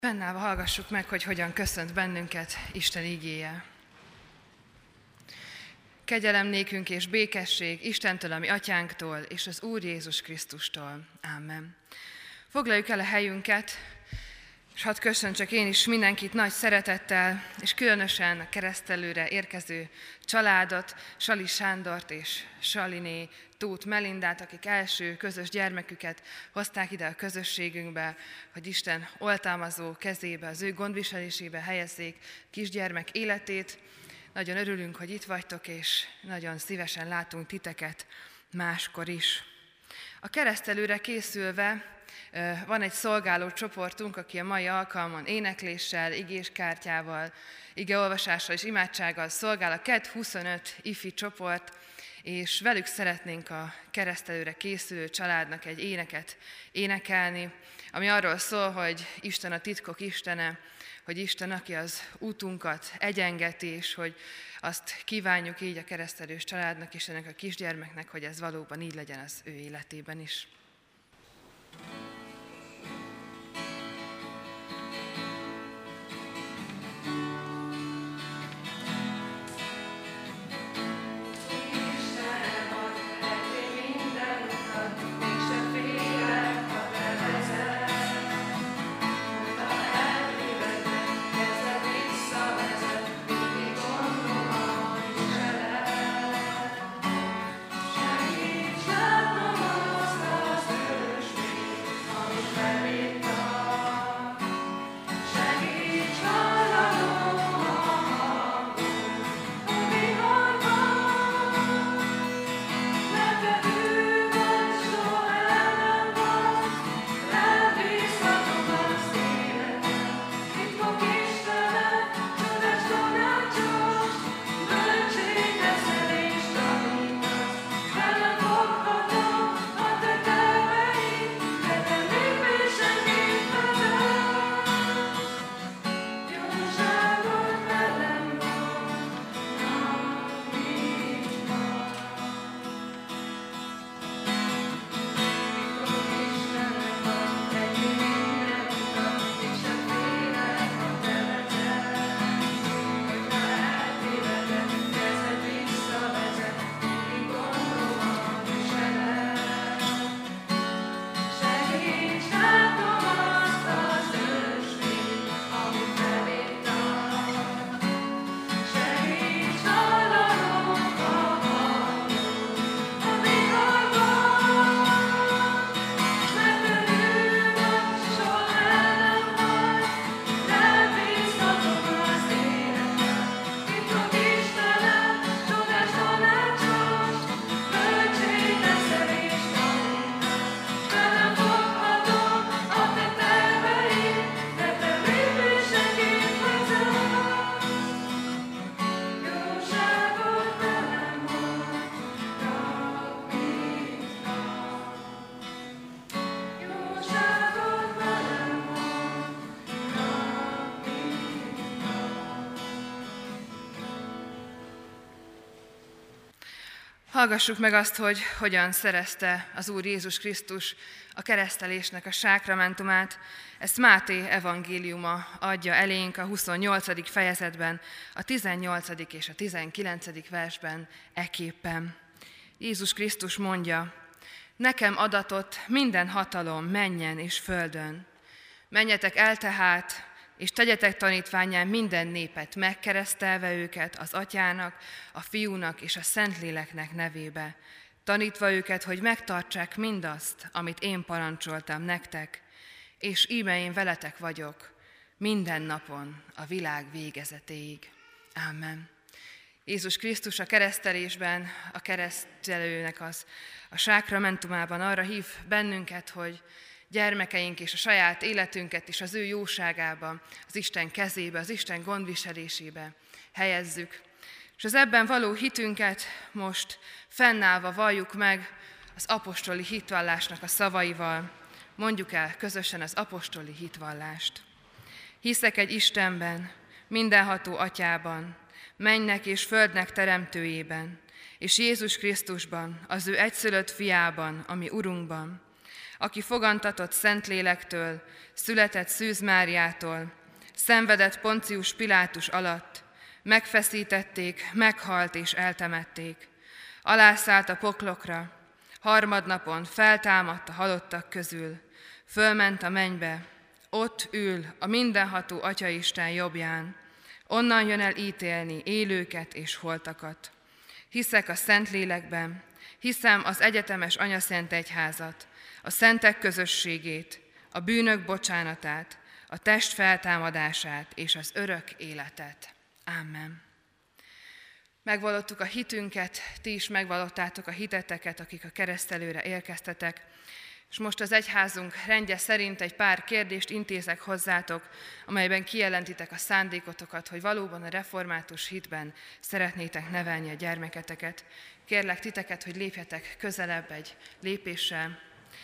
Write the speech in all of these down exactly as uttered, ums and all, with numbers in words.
Fennállva hallgassuk meg, hogy hogyan köszönt bennünket Isten igéje. Kegyelem nékünk és békesség Istentől, ami atyánktól, és az Úr Jézus Krisztustól. Ámen. Foglaljuk el a helyünket, és hadd köszöntsek én is mindenkit nagy szeretettel, és különösen a keresztelőre érkező családot, Sali Sándort és Saliné Tóth Melindát, akik első közös gyermeküket hozták ide a közösségünkbe, hogy Isten oltalmazó kezébe, az ő gondviselésébe helyezzék kisgyermek életét. Nagyon örülünk, hogy itt vagytok, és nagyon szívesen látunk titeket máskor is. A keresztelőre készülve van egy szolgáló csoportunk, aki a mai alkalmon énekléssel, igéskártyával, igeolvasással és imádsággal szolgál, a KED huszonöt ifi csoport, és velük szeretnénk a keresztelőre készülő családnak egy éneket énekelni, ami arról szól, hogy Isten a titkok Istene, hogy Isten, aki az útunkat egyengeti, és hogy azt kívánjuk így a keresztelős családnak és ennek a kisgyermeknek, hogy ez valóban így legyen az ő életében is. Hallgassuk meg azt, hogy hogyan szerezte az Úr Jézus Krisztus a keresztelésnek a sákramentumát. Ezt Máté evangéliuma adja elénk a huszonnyolcadik fejezetben, a tizennyolcadik és a tizenkilencedik versben eképpen. Jézus Krisztus mondja: nekem adatott minden hatalom mennyen és földön. Menjetek el tehát, és tegyetek tanítvánnyá minden népet, megkeresztelve őket az Atyának, a Fiúnak és a Szentléleknek nevébe, tanítva őket, hogy megtartsák mindazt, amit én parancsoltam nektek, és íme én veletek vagyok minden napon a világ végezetéig. Ámen. Jézus Krisztus a keresztelésben, a keresztelőnek az, a sákramentumában arra hív bennünket, hogy gyermekeink és a saját életünket is az ő jóságába, az Isten kezébe, az Isten gondviselésébe helyezzük. És az ebben való hitünket most fennállva valljuk meg az apostoli hitvallásnak a szavaival. Mondjuk el közösen az apostoli hitvallást. Hiszek egy Istenben, mindenható Atyában, mennynek és földnek teremtőjében, és Jézus Krisztusban, az ő egyszülött fiában, ami Urunkban, aki fogantatott Szentlélektől, született Szűz Máriától, szenvedett Poncius Pilátus alatt, megfeszítették, meghalt és eltemették. Alászállt a poklokra, harmadnapon feltámadt a halottak közül, fölment a mennybe, ott ül a mindenható Atyaisten jobbján, onnan jön el ítélni élőket és holtakat. Hiszek a Szentlélekben, hiszem az egyetemes Anyaszent Egyházat, a szentek közösségét, a bűnök bocsánatát, a test feltámadását és az örök életet. Amen. Megvallottuk a hitünket, ti is megvallottátok a hiteteket, akik a keresztelőre érkeztetek, és most az egyházunk rendje szerint egy pár kérdést intézek hozzátok, amelyben kijelentitek a szándékotokat, hogy valóban a református hitben szeretnétek nevelni a gyermeketeket. Kérlek titeket, hogy lépjetek közelebb egy lépéssel,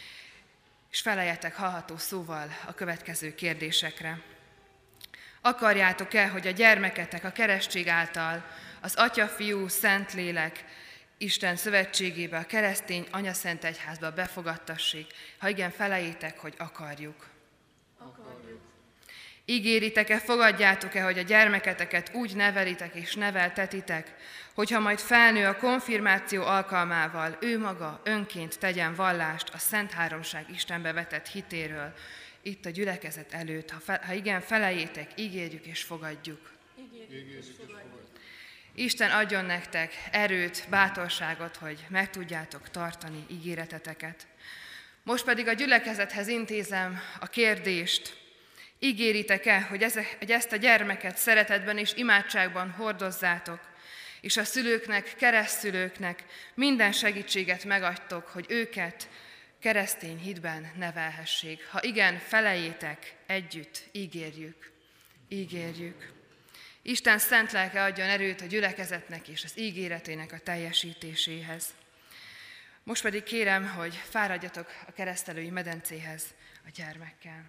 és feleljetek hallható szóval a következő kérdésekre. Akarjátok-e, hogy a gyermeketek a keresztség által az Atya, Fiú, Szentlélek, Isten szövetségébe, a keresztény Anyaszent Egyházba befogadtassék? Ha igen, felejétek, hogy akarjuk. Akarjuk. Ígéritek-e, fogadjátok-e, hogy a gyermeketeket úgy nevelitek és neveltetitek, hogyha majd felnő a konfirmáció alkalmával, ő maga önként tegyen vallást a Szent Háromság Istenbe vetett hitéről, itt a gyülekezet előtt? Ha, fe, ha igen, felejétek, ígérjük és fogadjuk. Ígérjük és fogadjuk. Isten adjon nektek erőt, bátorságot, hogy meg tudjátok tartani ígéreteteket. Most pedig a gyülekezethez intézem a kérdést. Ígéritek-e, hogy, ez, hogy ezt a gyermeket szeretetben és imádságban hordozzátok, és a szülőknek, keresztszülőknek minden segítséget megadtok, hogy őket keresztény hitben nevelhessék? Ha igen, felejétek, együtt, ígérjük, ígérjük. Isten szent lelke adjon erőt a gyülekezetnek és az ígéretének a teljesítéséhez. Most pedig kérem, hogy fáradjatok a keresztelői medencéhez a gyermekkel.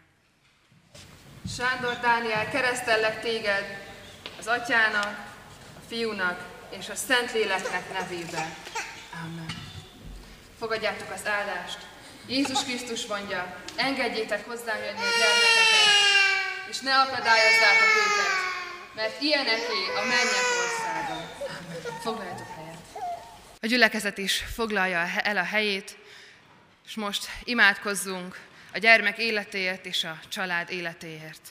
Sándor Dániel, keresztellek téged az Atyának, a Fiúnak és a Szentléleknek nevében. Amen. Fogadjátok az áldást. Jézus Krisztus mondja, engedjétek hozzám jönni a gyermekeket, és ne akadályozzátok őket, mert ilyeneké a mennyek országa. Amen. Foglaljatok helyet. A gyülekezet is foglalja el a helyét, és most imádkozzunk a gyermek életéért és a család életéért.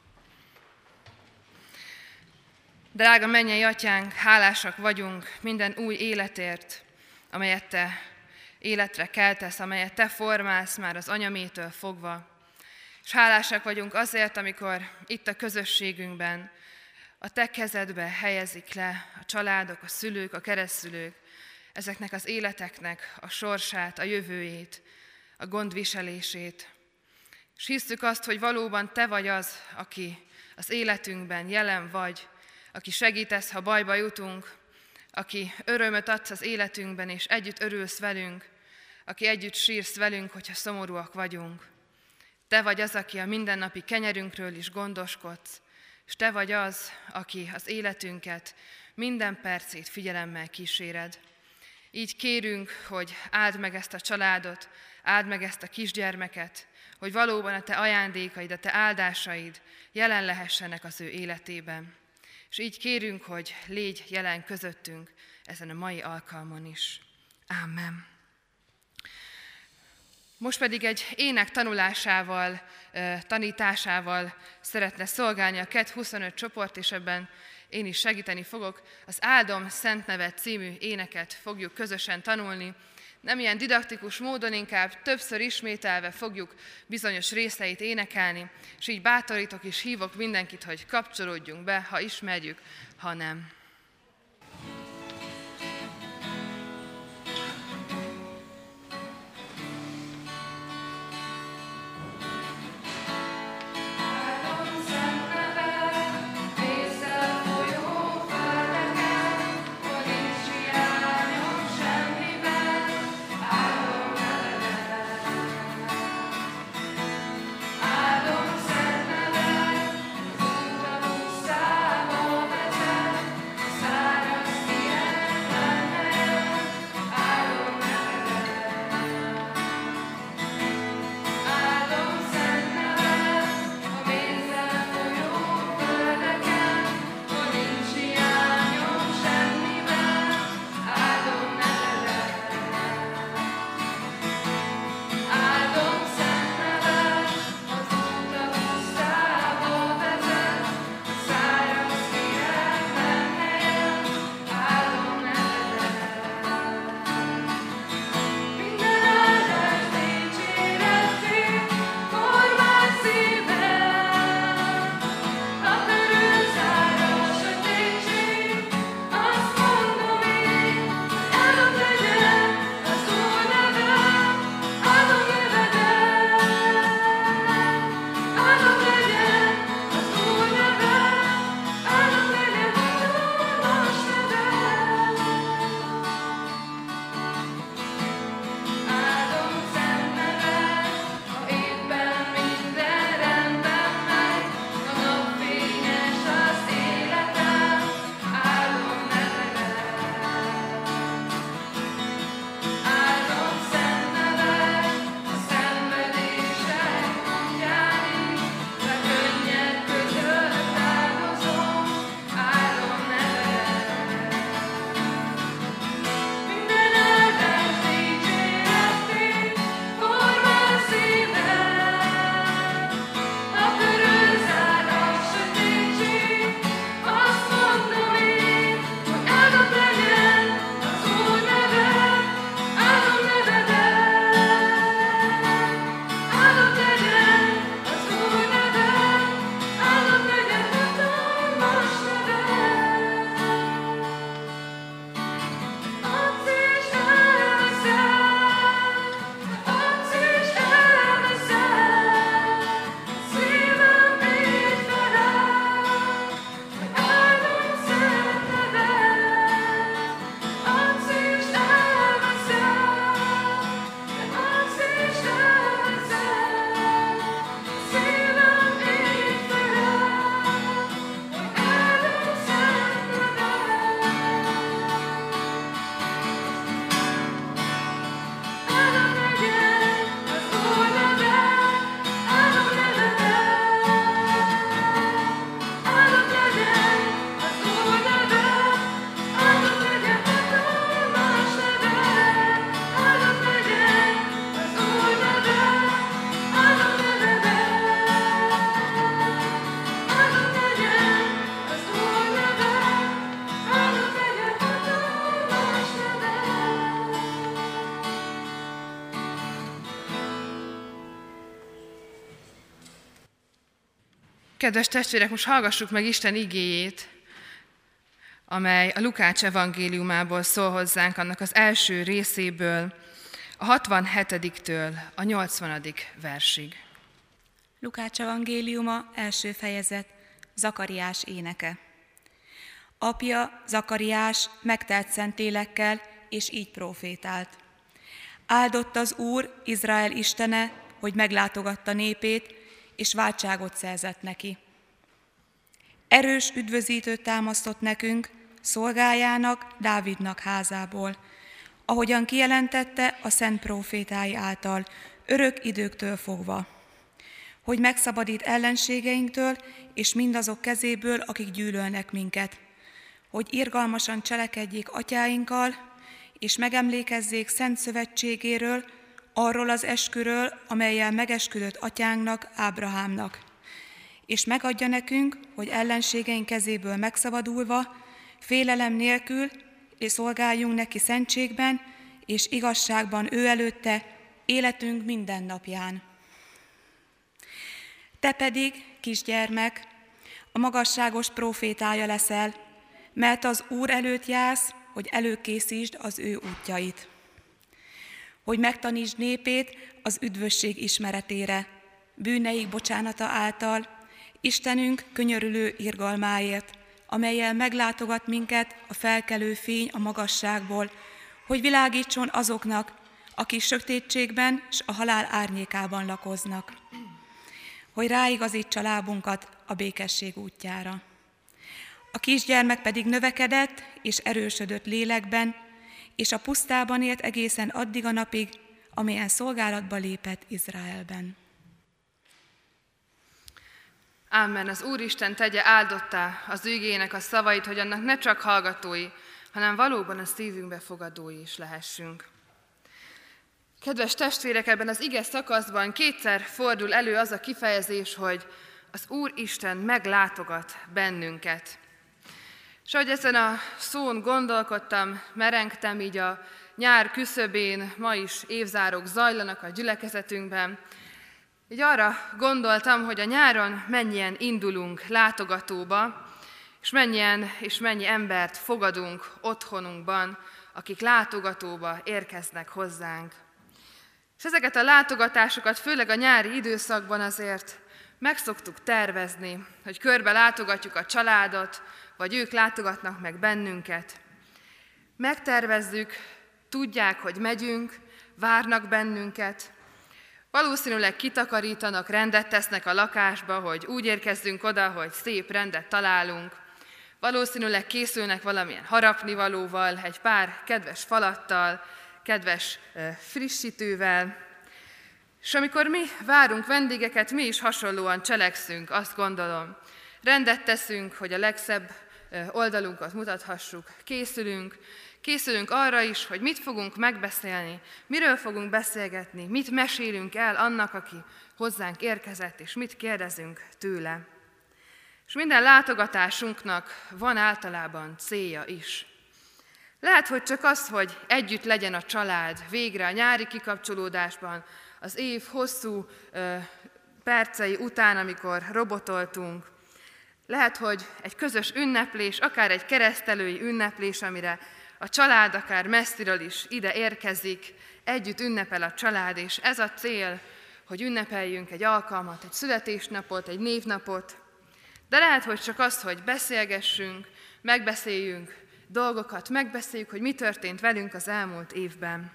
Drága mennyei Atyánk, hálásak vagyunk minden új életért, amelyet Te életre keltesz, amelyet Te formálsz már az anyamétől fogva. És hálásak vagyunk azért, amikor itt a közösségünkben a Te kezedbe helyezik le a családok, a szülők, a keresztszülők, ezeknek az életeknek a sorsát, a jövőjét, a gondviselését. És hisszük azt, hogy valóban Te vagy az, aki az életünkben jelen vagy, aki segítesz, ha bajba jutunk, aki örömöt adsz az életünkben, és együtt örülsz velünk, aki együtt sírsz velünk, hogyha szomorúak vagyunk. Te vagy az, aki a mindennapi kenyerünkről is gondoskodsz, és Te vagy az, aki az életünket minden percét figyelemmel kíséred. Így kérünk, hogy áld meg ezt a családot, áld meg ezt a kisgyermeket, hogy valóban a Te ajándékaid, a Te áldásaid jelen lehessenek az ő életében. És így kérünk, hogy légy jelen közöttünk ezen a mai alkalmon is. Ámen. Most pedig egy ének tanulásával, tanításával szeretne szolgálni a Ket huszonöt csoport, és ebben én is segíteni fogok. Az Áldom Szent Neved című éneket fogjuk közösen tanulni. Nem ilyen didaktikus módon, inkább többször ismételve fogjuk bizonyos részeit énekelni, és így bátorítok és hívok mindenkit, hogy kapcsolódjunk be, ha ismerjük, ha nem. Áldom szent neved, Uram, Kedves testvérek, most hallgassuk meg Isten igéjét, amely a Lukács evangéliumából szól hozzánk, annak az első részéből, a hatvanhetediktől a nyolcvanadik versig. Lukács evangéliuma, első fejezet, Zakariás éneke. Apja, Zakariás megtelt szentélekkel, és így profétált. Áldott az Úr, Izrael istene, hogy meglátogatta népét, és váltságot szerzett neki. Erős üdvözítőt támasztott nekünk, szolgájának, Dávidnak házából, ahogyan kijelentette a szent prófétái által, örök időktől fogva, hogy megszabadít ellenségeinktől, és mindazok kezéből, akik gyűlölnek minket, hogy irgalmasan cselekedjék atyáinkkal, és megemlékezzék szent szövetségéről, arról az esküről, amellyel megesküdött atyánknak, Ábrahámnak, és megadja nekünk, hogy ellenségeink kezéből megszabadulva, félelem nélkül, és szolgáljunk neki szentségben, és igazságban ő előtte, életünk minden napján. Te pedig, kisgyermek, a magasságos prófétája leszel, mert az Úr előtt jársz, hogy előkészítsd az ő útjait. Hogy megtanítsd népét az üdvösség ismeretére, bűneik bocsánata által, Istenünk könyörülő irgalmáért, amellyel meglátogat minket a felkelő fény a magasságból, hogy világítson azoknak, akik sötétségben s a halál árnyékában lakoznak. Hogy ráigazítsa lábunkat a békesség útjára. A kisgyermek pedig növekedett és erősödött lélekben, és a pusztában élt egészen addig a napig, amelyen szolgálatba lépett Izraelben. Ámen. Az Úristen tegye áldottá az ő igének a szavait, hogy annak ne csak hallgatói, hanem valóban a szívünkbe fogadói is lehessünk. Kedves testvérek, ebben az ige szakaszban kétszer fordul elő az a kifejezés, hogy az Úristen meglátogat bennünket. És ahogy ezen a szón gondolkodtam, merengtem így a nyár küszöbén, ma is évzárok zajlanak a gyülekezetünkben, így arra gondoltam, hogy a nyáron mennyien indulunk látogatóba, és mennyien és mennyi embert fogadunk otthonunkban, akik látogatóba érkeznek hozzánk. És ezeket a látogatásokat főleg a nyári időszakban azért meg szoktuk tervezni, hogy körbe látogatjuk a családot, vagy ők látogatnak meg bennünket. Megtervezzük, tudják, hogy megyünk, várnak bennünket, valószínűleg kitakarítanak, rendet tesznek a lakásba, hogy úgy érkezzünk oda, hogy szép rendet találunk. Valószínűleg készülnek valamilyen harapnivalóval, egy pár kedves falattal, kedves frissítővel. És amikor mi várunk vendégeket, mi is hasonlóan cselekszünk, azt gondolom. Rendet teszünk, hogy a legszebb oldalunkat mutathassuk, készülünk, készülünk arra is, hogy mit fogunk megbeszélni, miről fogunk beszélgetni, mit mesélünk el annak, aki hozzánk érkezett, és mit kérdezünk tőle. És minden látogatásunknak van általában célja is. Lehet, hogy csak az, hogy együtt legyen a család végre a nyári kikapcsolódásban, az év hosszú ö, percei után, amikor robotoltunk. Lehet, hogy egy közös ünneplés, akár egy keresztelői ünneplés, amire a család akár messziről is ide érkezik, együtt ünnepel a család, és ez a cél, hogy ünnepeljünk egy alkalmat, egy születésnapot, egy névnapot. De lehet, hogy csak az, hogy beszélgessünk, megbeszéljünk dolgokat, megbeszéljük, hogy mi történt velünk az elmúlt évben.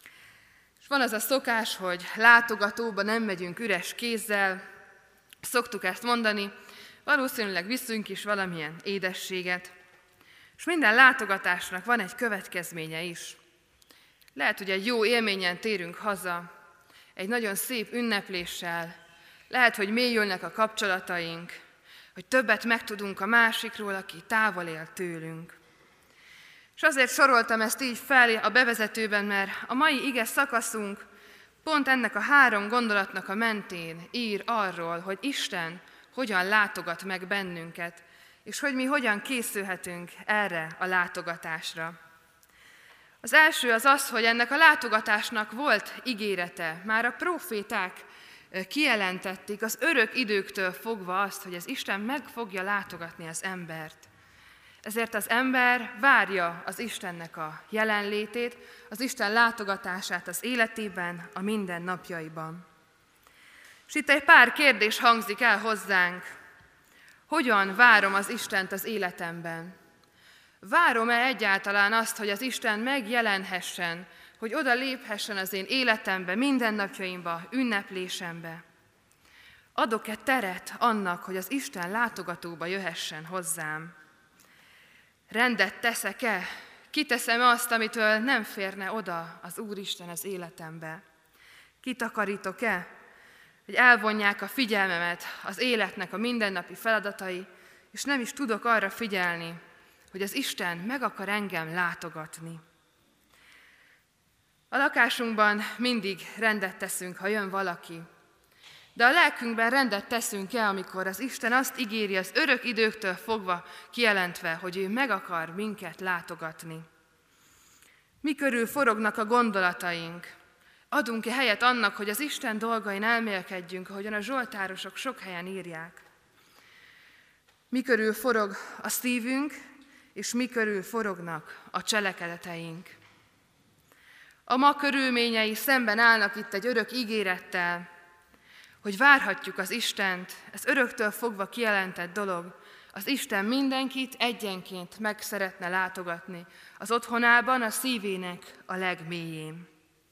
És van az a szokás, hogy látogatóba nem megyünk üres kézzel, szoktuk ezt mondani, valószínűleg viszünk is valamilyen édességet. És minden látogatásnak van egy következménye is. Lehet, hogy egy jó élményen térünk haza, egy nagyon szép ünnepléssel, lehet, hogy mélyülnek a kapcsolataink, hogy többet megtudunk a másikról, aki távol él tőlünk. És azért soroltam ezt így fel a bevezetőben, mert a mai ige szakaszunk pont ennek a három gondolatnak a mentén ír arról, hogy Isten hogyan látogat meg bennünket, és hogy mi hogyan készülhetünk erre a látogatásra. Az első az az, hogy ennek a látogatásnak volt ígérete. Már a próféták kijelentették az örök időktől fogva azt, hogy az Isten meg fogja látogatni az embert. Ezért az ember várja az Istennek a jelenlétét, az Isten látogatását az életében, a mindennapjaiban. És itt egy pár kérdés hangzik el hozzánk. Hogyan várom az Istent az életemben? Várom-e egyáltalán azt, hogy az Isten megjelenhessen, hogy oda léphessen az én életembe, mindennapjaimba, ünneplésembe? Adok-e teret annak, hogy az Isten látogatóba jöhessen hozzám? Rendet teszek-e? Kiteszem-e azt, amitől nem férne oda az Úristen az életembe? Kitakarítok-e, hogy elvonják a figyelmemet az életnek a mindennapi feladatai, és nem is tudok arra figyelni, hogy az Isten meg akar engem látogatni. A lakásunkban mindig rendet teszünk, ha jön valaki, de a lelkünkben rendet teszünk-e, amikor az Isten azt ígéri az örök időktől fogva kijelentve, hogy ő meg akar minket látogatni? Mi körül forognak a gondolataink? Adunk-e helyet annak, hogy az Isten dolgain elmélkedjünk, ahogyan a zsoltárosok sok helyen írják? Mi körül forog a szívünk, és mi körül forognak a cselekedeteink? A ma körülményei szemben állnak itt egy örök ígérettel, hogy várhatjuk az Istent, ez öröktől fogva kijelentett dolog. Az Isten mindenkit egyenként meg szeretne látogatni, az otthonában, a szívének a legmélyén.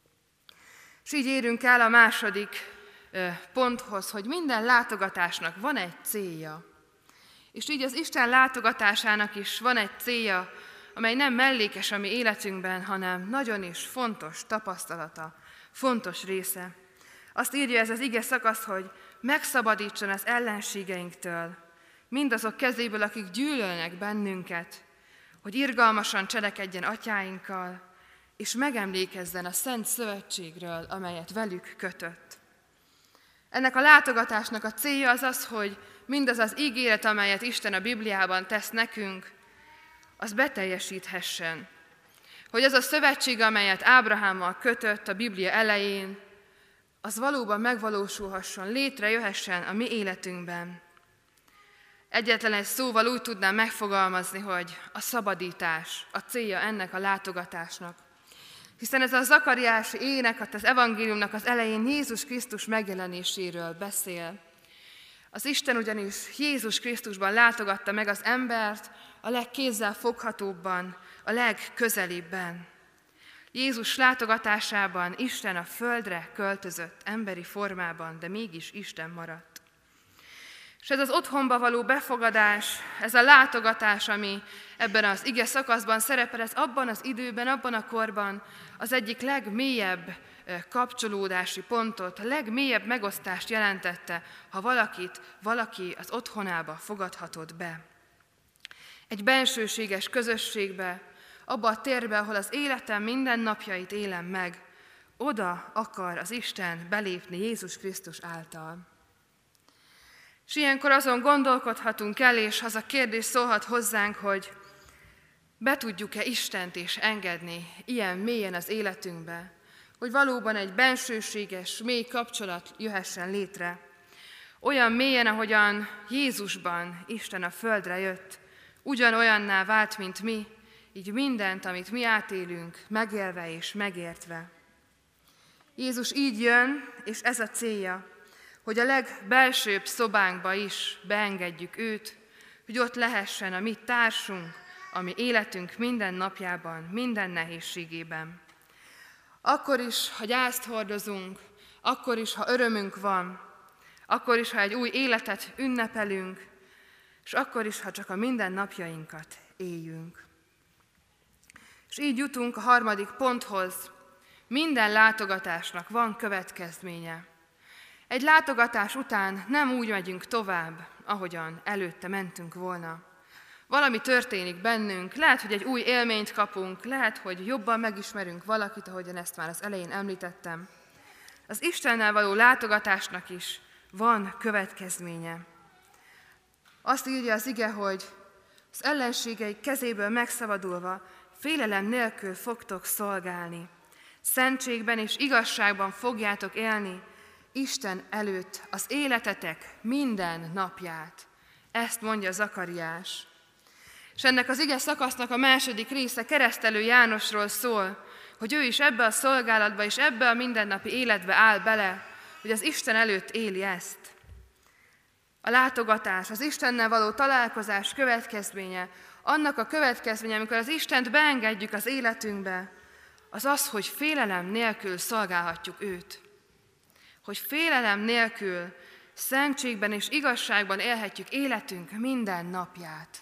És így érünk el a második ponthoz, hogy minden látogatásnak van egy célja. És így az Isten látogatásának is van egy célja, amely nem mellékes a mi életünkben, hanem nagyon is fontos tapasztalata, fontos része. Azt írja ez az ige szakasz, hogy megszabadítson az ellenségeinktől, mindazok kezéből, akik gyűlölnek bennünket, hogy irgalmasan cselekedjen atyáinkkal, és megemlékezzen a szent szövetségről, amelyet velük kötött. Ennek a látogatásnak a célja az az, hogy mindaz az ígéret, amelyet Isten a Bibliában tesz nekünk, az beteljesíthessen. Hogy az a szövetség, amelyet Ábrahámmal kötött a Biblia elején, az valóban megvalósulhasson, létrejöhessen a mi életünkben. Egyetlen egy szóval úgy tudnám megfogalmazni, hogy a szabadítás a célja ennek a látogatásnak. Hiszen ez a zakariási ének, az evangéliumnak az elején Jézus Krisztus megjelenéséről beszél. Az Isten ugyanis Jézus Krisztusban látogatta meg az embert a legkézzel foghatóbban, a legközelibben. Jézus látogatásában Isten a földre költözött emberi formában, de mégis Isten maradt. És ez az otthonba való befogadás, ez a látogatás, ami ebben az ige szakaszban szerepel, ez abban az időben, abban a korban az egyik legmélyebb kapcsolódási pontot, a legmélyebb megosztást jelentette, ha valakit, valaki az otthonába fogadhatott be. Egy bensőséges közösségbe, abba a térbe, ahol az életem minden napjait élem meg, oda akar az Isten belépni Jézus Krisztus által. És ilyenkor azon gondolkodhatunk el, és az a kérdés szólhat hozzánk, hogy be tudjuk-e Istent is engedni ilyen mélyen az életünkbe, hogy valóban egy bensőséges, mély kapcsolat jöhessen létre. Olyan mélyen, ahogyan Jézusban Isten a földre jött, ugyanolyanná vált, mint mi, így mindent, amit mi átélünk, megélve és megértve. Jézus így jön, és ez a célja, hogy a legbelsőbb szobánkba is beengedjük őt, hogy ott lehessen a mi társunk, a mi életünk minden napjában, minden nehézségében. Akkor is, ha gyászt hordozunk, akkor is, ha örömünk van, akkor is, ha egy új életet ünnepelünk, és akkor is, ha csak a mindennapjainkat éljünk. És így jutunk a harmadik ponthoz. Minden látogatásnak van következménye. Egy látogatás után nem úgy megyünk tovább, ahogyan előtte mentünk volna. Valami történik bennünk, lehet, hogy egy új élményt kapunk, lehet, hogy jobban megismerünk valakit, ahogyan ezt már az elején említettem. Az Istennel való látogatásnak is van következménye. Azt írja az ige, hogy az ellenségeik kezéből megszabadulva félelem nélkül fogtok szolgálni. Szentségben és igazságban fogjátok élni, Isten előtt az életetek minden napját. Ezt mondja Zakariás. És ennek az ige szakasznak a második része Keresztelő Jánosról szól, hogy ő is ebbe a szolgálatba és ebbe a mindennapi életbe áll bele, hogy az Isten előtt éli ezt. A látogatás, az Istennel való találkozás következménye, annak a következménye, amikor az Istent beengedjük az életünkbe, az az, hogy félelem nélkül szolgálhatjuk őt. Hogy félelem nélkül szentségben és igazságban élhetjük életünk minden napját.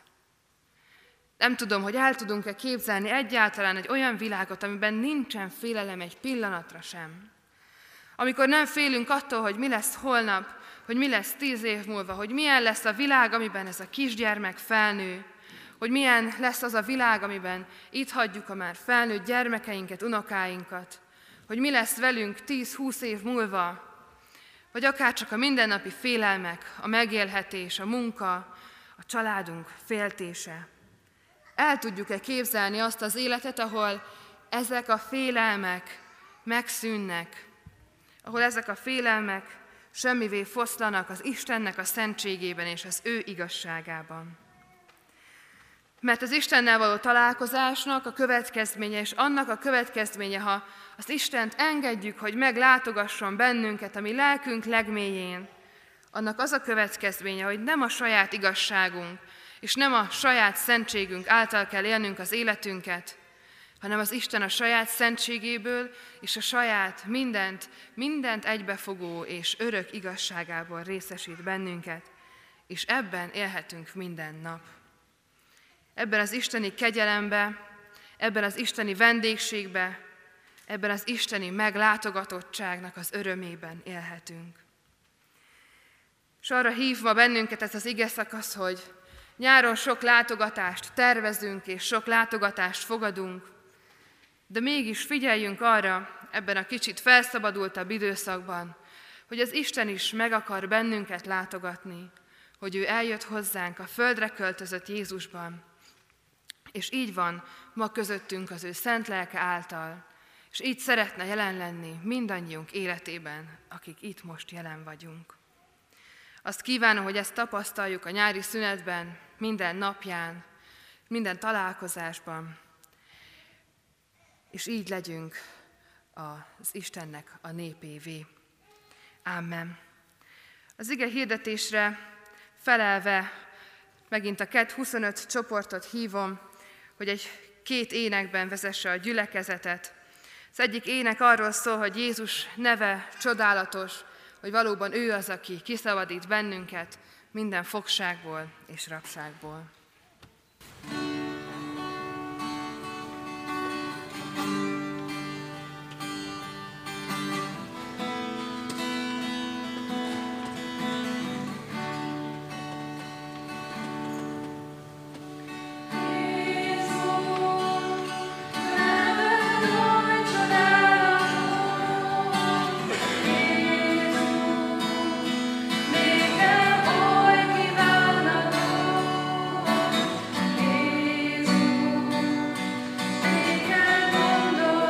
Nem tudom, hogy el tudunk-e képzelni egyáltalán egy olyan világot, amiben nincsen félelem egy pillanatra sem. Amikor nem félünk attól, hogy mi lesz holnap, hogy mi lesz tíz év múlva, hogy milyen lesz a világ, amiben ez a kisgyermek felnő, hogy milyen lesz az a világ, amiben itt hagyjuk a már felnőtt gyermekeinket, unokáinkat, hogy mi lesz velünk tíz-húsz év múlva, vagy akár csak a mindennapi félelmek, a megélhetés, a munka, a családunk féltése. El tudjuk-e képzelni azt az életet, ahol ezek a félelmek megszűnnek, ahol ezek a félelmek semmivé foszlanak az Istennek a szentségében és az ő igazságában. Mert az Istennel való találkozásnak a következménye, és annak a következménye, ha az Istent engedjük, hogy meglátogasson bennünket a mi lelkünk legmélyén, annak az a következménye, hogy nem a saját igazságunk, és nem a saját szentségünk által kell élnünk az életünket, hanem az Isten a saját szentségéből és a saját mindent, mindent egybefogó és örök igazságából részesít bennünket, és ebben élhetünk minden nap. Ebben az isteni kegyelemben, ebben az isteni vendégségben, ebben az isteni meglátogatottságnak az örömében élhetünk. És arra hív ma bennünket ez az ige szakasz, hogy nyáron sok látogatást tervezünk és sok látogatást fogadunk, de mégis figyeljünk arra ebben a kicsit felszabadultabb időszakban, hogy az Isten is meg akar bennünket látogatni, hogy ő eljött hozzánk a földre költözött Jézusban, és így van ma közöttünk az ő szent lelke által, és így szeretne jelen lenni mindannyiunk életében, akik itt most jelen vagyunk. Azt kívánom, hogy ezt tapasztaljuk a nyári szünetben, minden napján, minden találkozásban, és így legyünk az Istennek a népévé. Ámen. Az ige hirdetésre felelve megint a Kett huszonöt csoportot hívom, hogy egy két énekben vezesse a gyülekezetet. Az egyik ének arról szól, hogy Jézus neve csodálatos, hogy valóban ő az, aki kiszabadít bennünket minden fogságból és rabságból. Gondolom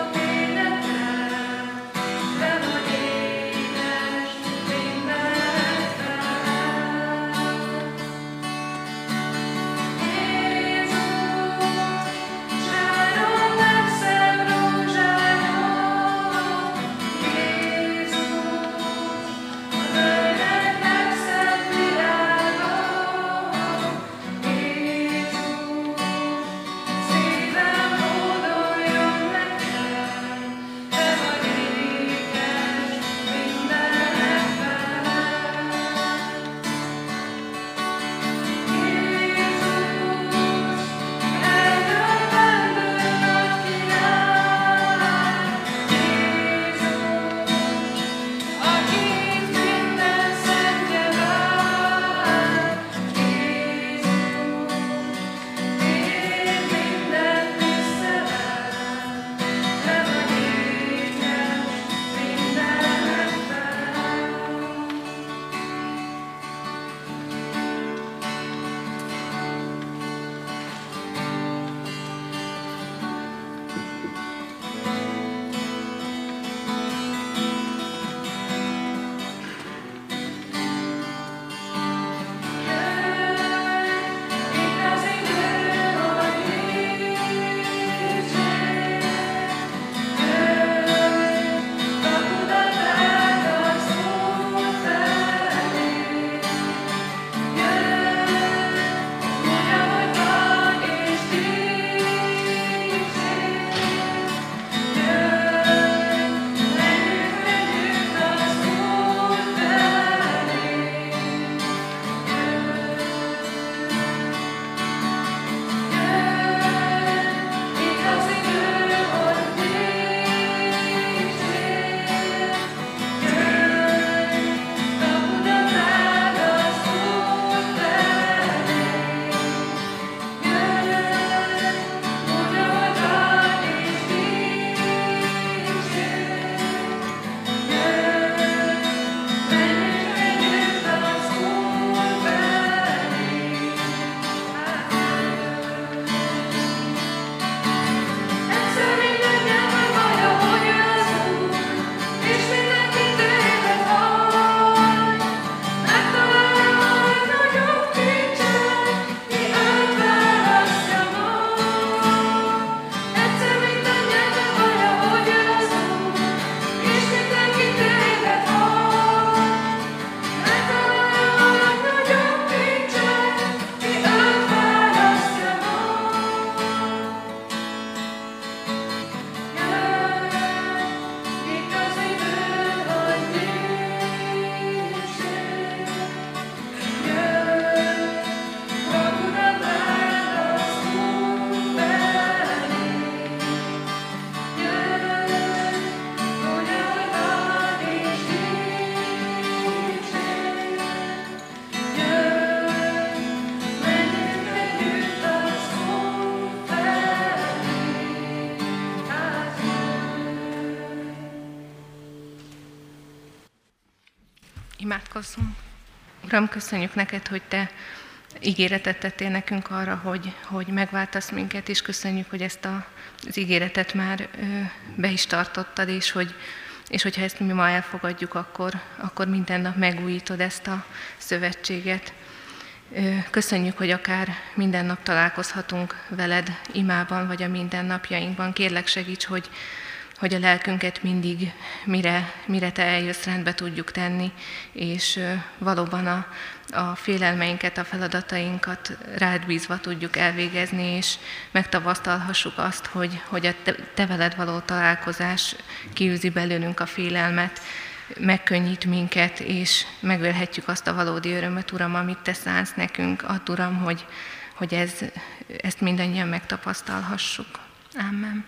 Imádkozzunk. Uram, köszönjük neked, hogy te ígéretet tettél nekünk arra, hogy, hogy megváltasz minket, és köszönjük, hogy ezt a, az ígéretet már ö, be is tartottad, és, hogy, és hogyha ezt mi ma elfogadjuk, akkor, akkor minden nap megújítod ezt a szövetséget. Ö, köszönjük, hogy akár minden nap találkozhatunk veled imában, vagy a mindennapjainkban. Kérlek, segíts, hogy hogy a lelkünket mindig, mire, mire te eljössz, rendbe tudjuk tenni, és valóban a, a félelmeinket, a feladatainkat rád bízva tudjuk elvégezni, és megtapasztalhassuk azt, hogy, hogy a te, te veled való találkozás kiűzi belőlünk a félelmet, megkönnyít minket, és megélhetjük azt a valódi örömöt, Uram, amit te szánsz nekünk. Add, Uram, hogy, hogy ez, ezt mindannyian megtapasztalhassuk. Amen.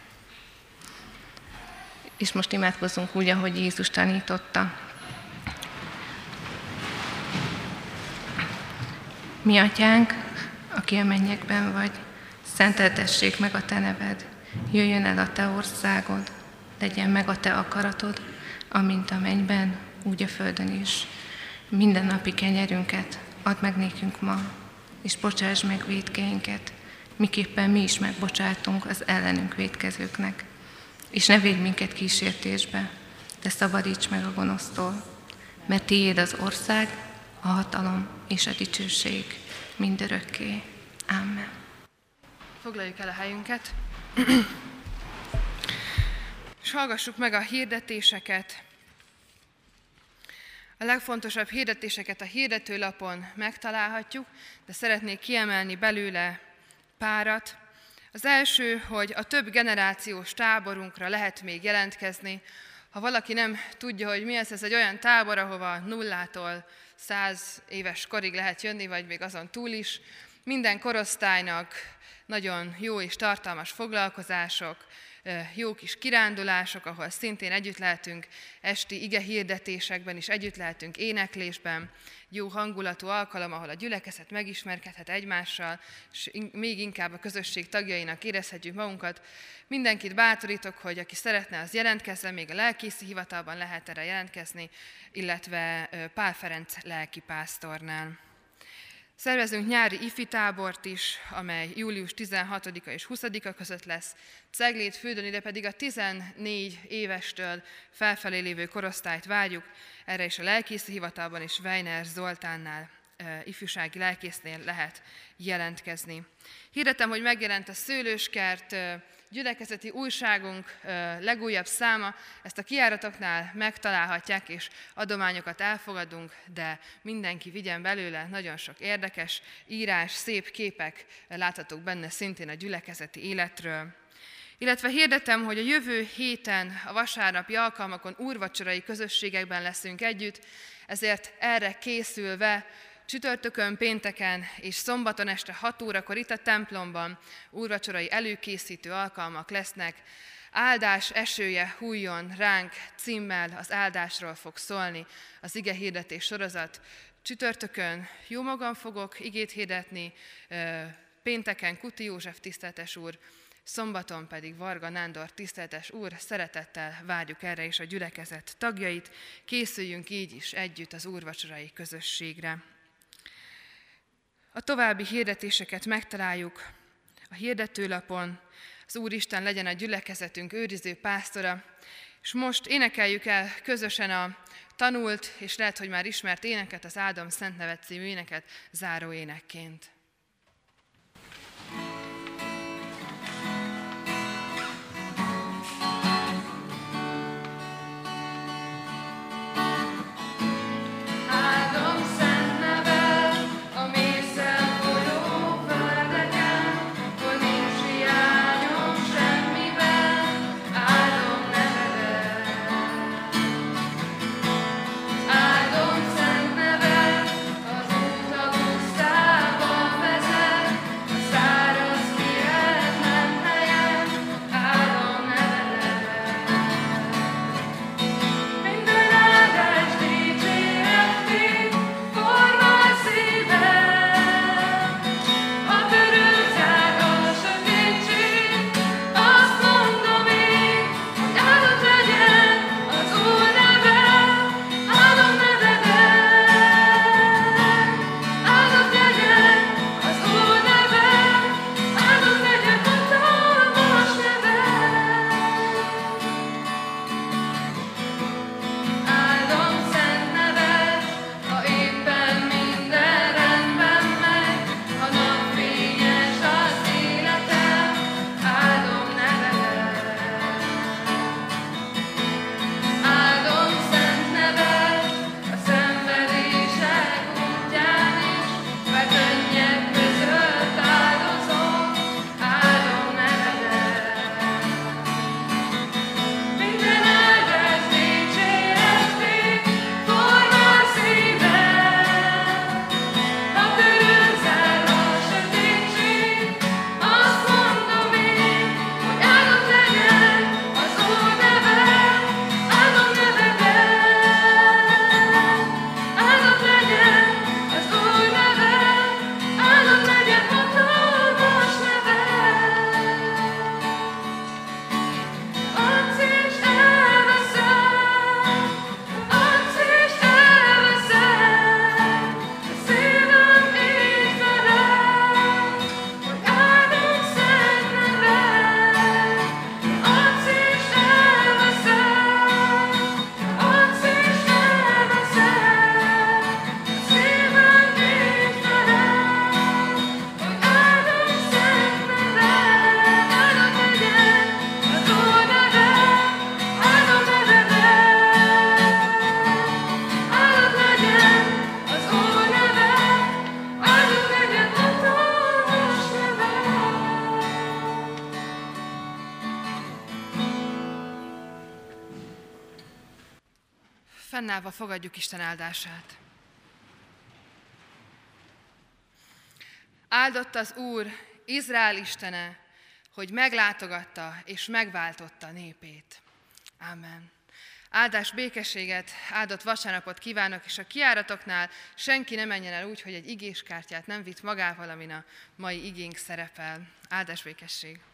És most imádkozzunk úgy, ahogy Jézus tanította. Mi atyánk, aki a mennyekben vagy, szenteltessék meg a te neved, jöjjön el a te országod, legyen meg a te akaratod, amint a mennyben, úgy a földön is. Minden napi kenyerünket add meg nékünk ma, és bocsáss meg vétkeinket, miképpen mi is megbocsátunk az ellenünk vétkezőknek. És ne védj minket kísértésbe, de szabadíts meg a gonosztól, mert tiéd az ország, a hatalom és a dicsőség mindörökké. Amen. Foglaljuk el a helyünket, és hallgassuk meg a hirdetéseket. A legfontosabb hirdetéseket a hirdetőlapon megtalálhatjuk, de szeretnék kiemelni belőle párat. Az első, hogy a több generációs táborunkra lehet még jelentkezni. Ha valaki nem tudja, hogy mi ez, ez egy olyan tábor, ahova nullától száz éves korig lehet jönni, vagy még azon túl is. Minden korosztálynak nagyon jó és tartalmas foglalkozások, jó kis kirándulások, ahol szintén együtt lehetünk esti igehirdetésekben is, együtt lehetünk éneklésben, jó hangulatú alkalom, ahol a gyülekezet megismerkedhet egymással, és még inkább a közösség tagjainak érezhetjük magunkat. Mindenkit bátorítok, hogy aki szeretne, az jelentkezzen, még a lelkészi hivatalban lehet erre jelentkezni, illetve Pál Ferenc lelkipásztornál. Szervezünk nyári ifi tábort is, amely július tizenhatodika és huszadika között lesz Ceglédfürdőn, ide pedig a tizennégy évestől felfelé lévő korosztályt várjuk, erre is a lelkészi hivatalban és Weiner Zoltánnál, ifjúsági lelkésznél lehet jelentkezni. Hirdetem, hogy megjelent a Szőlőskert gyülekezeti újságunk legújabb száma, ezt a kijáratoknál megtalálhatják, és adományokat elfogadunk, de mindenki vigyen belőle, nagyon sok érdekes írás, szép képek láthatók benne szintén a gyülekezeti életről. Illetve hirdetem, hogy a jövő héten a vasárnapi alkalmakon úrvacsorai közösségekben leszünk együtt, ezért erre készülve csütörtökön, pénteken és szombaton este hat órakor itt a templomban úrvacsorai előkészítő alkalmak lesznek. Áldás esője hulljon ránk címmel az áldásról fog szólni az igehirdetés sorozat. Csütörtökön jómagam fogok igét hirdetni, pénteken Kuti József tiszteletes úr, szombaton pedig Varga Nándor tiszteletes úr. Szeretettel várjuk erre is a gyülekezet tagjait, készüljünk így is együtt az úrvacsorai közösségre. A további hirdetéseket megtaláljuk a hirdetőlapon. Az Úristen legyen a gyülekezetünk őriző pásztora, és most énekeljük el közösen a tanult, és lehet, hogy már ismert éneket, az Áldom Szent Neved című éneket záró énekként. Áldom szent neved, az út a pusztában. Fennállva fogadjuk Isten áldását. Áldott az Úr, Izrael Istene, hogy meglátogatta és megváltotta népét. Ámen. Áldás, békességet, áldott vasárnapot kívánok, és a kijáratoknál senki ne menjen el úgy, hogy egy igéskártyát nem vitt magával, amin a mai igénk szerepel. Áldás, békesség!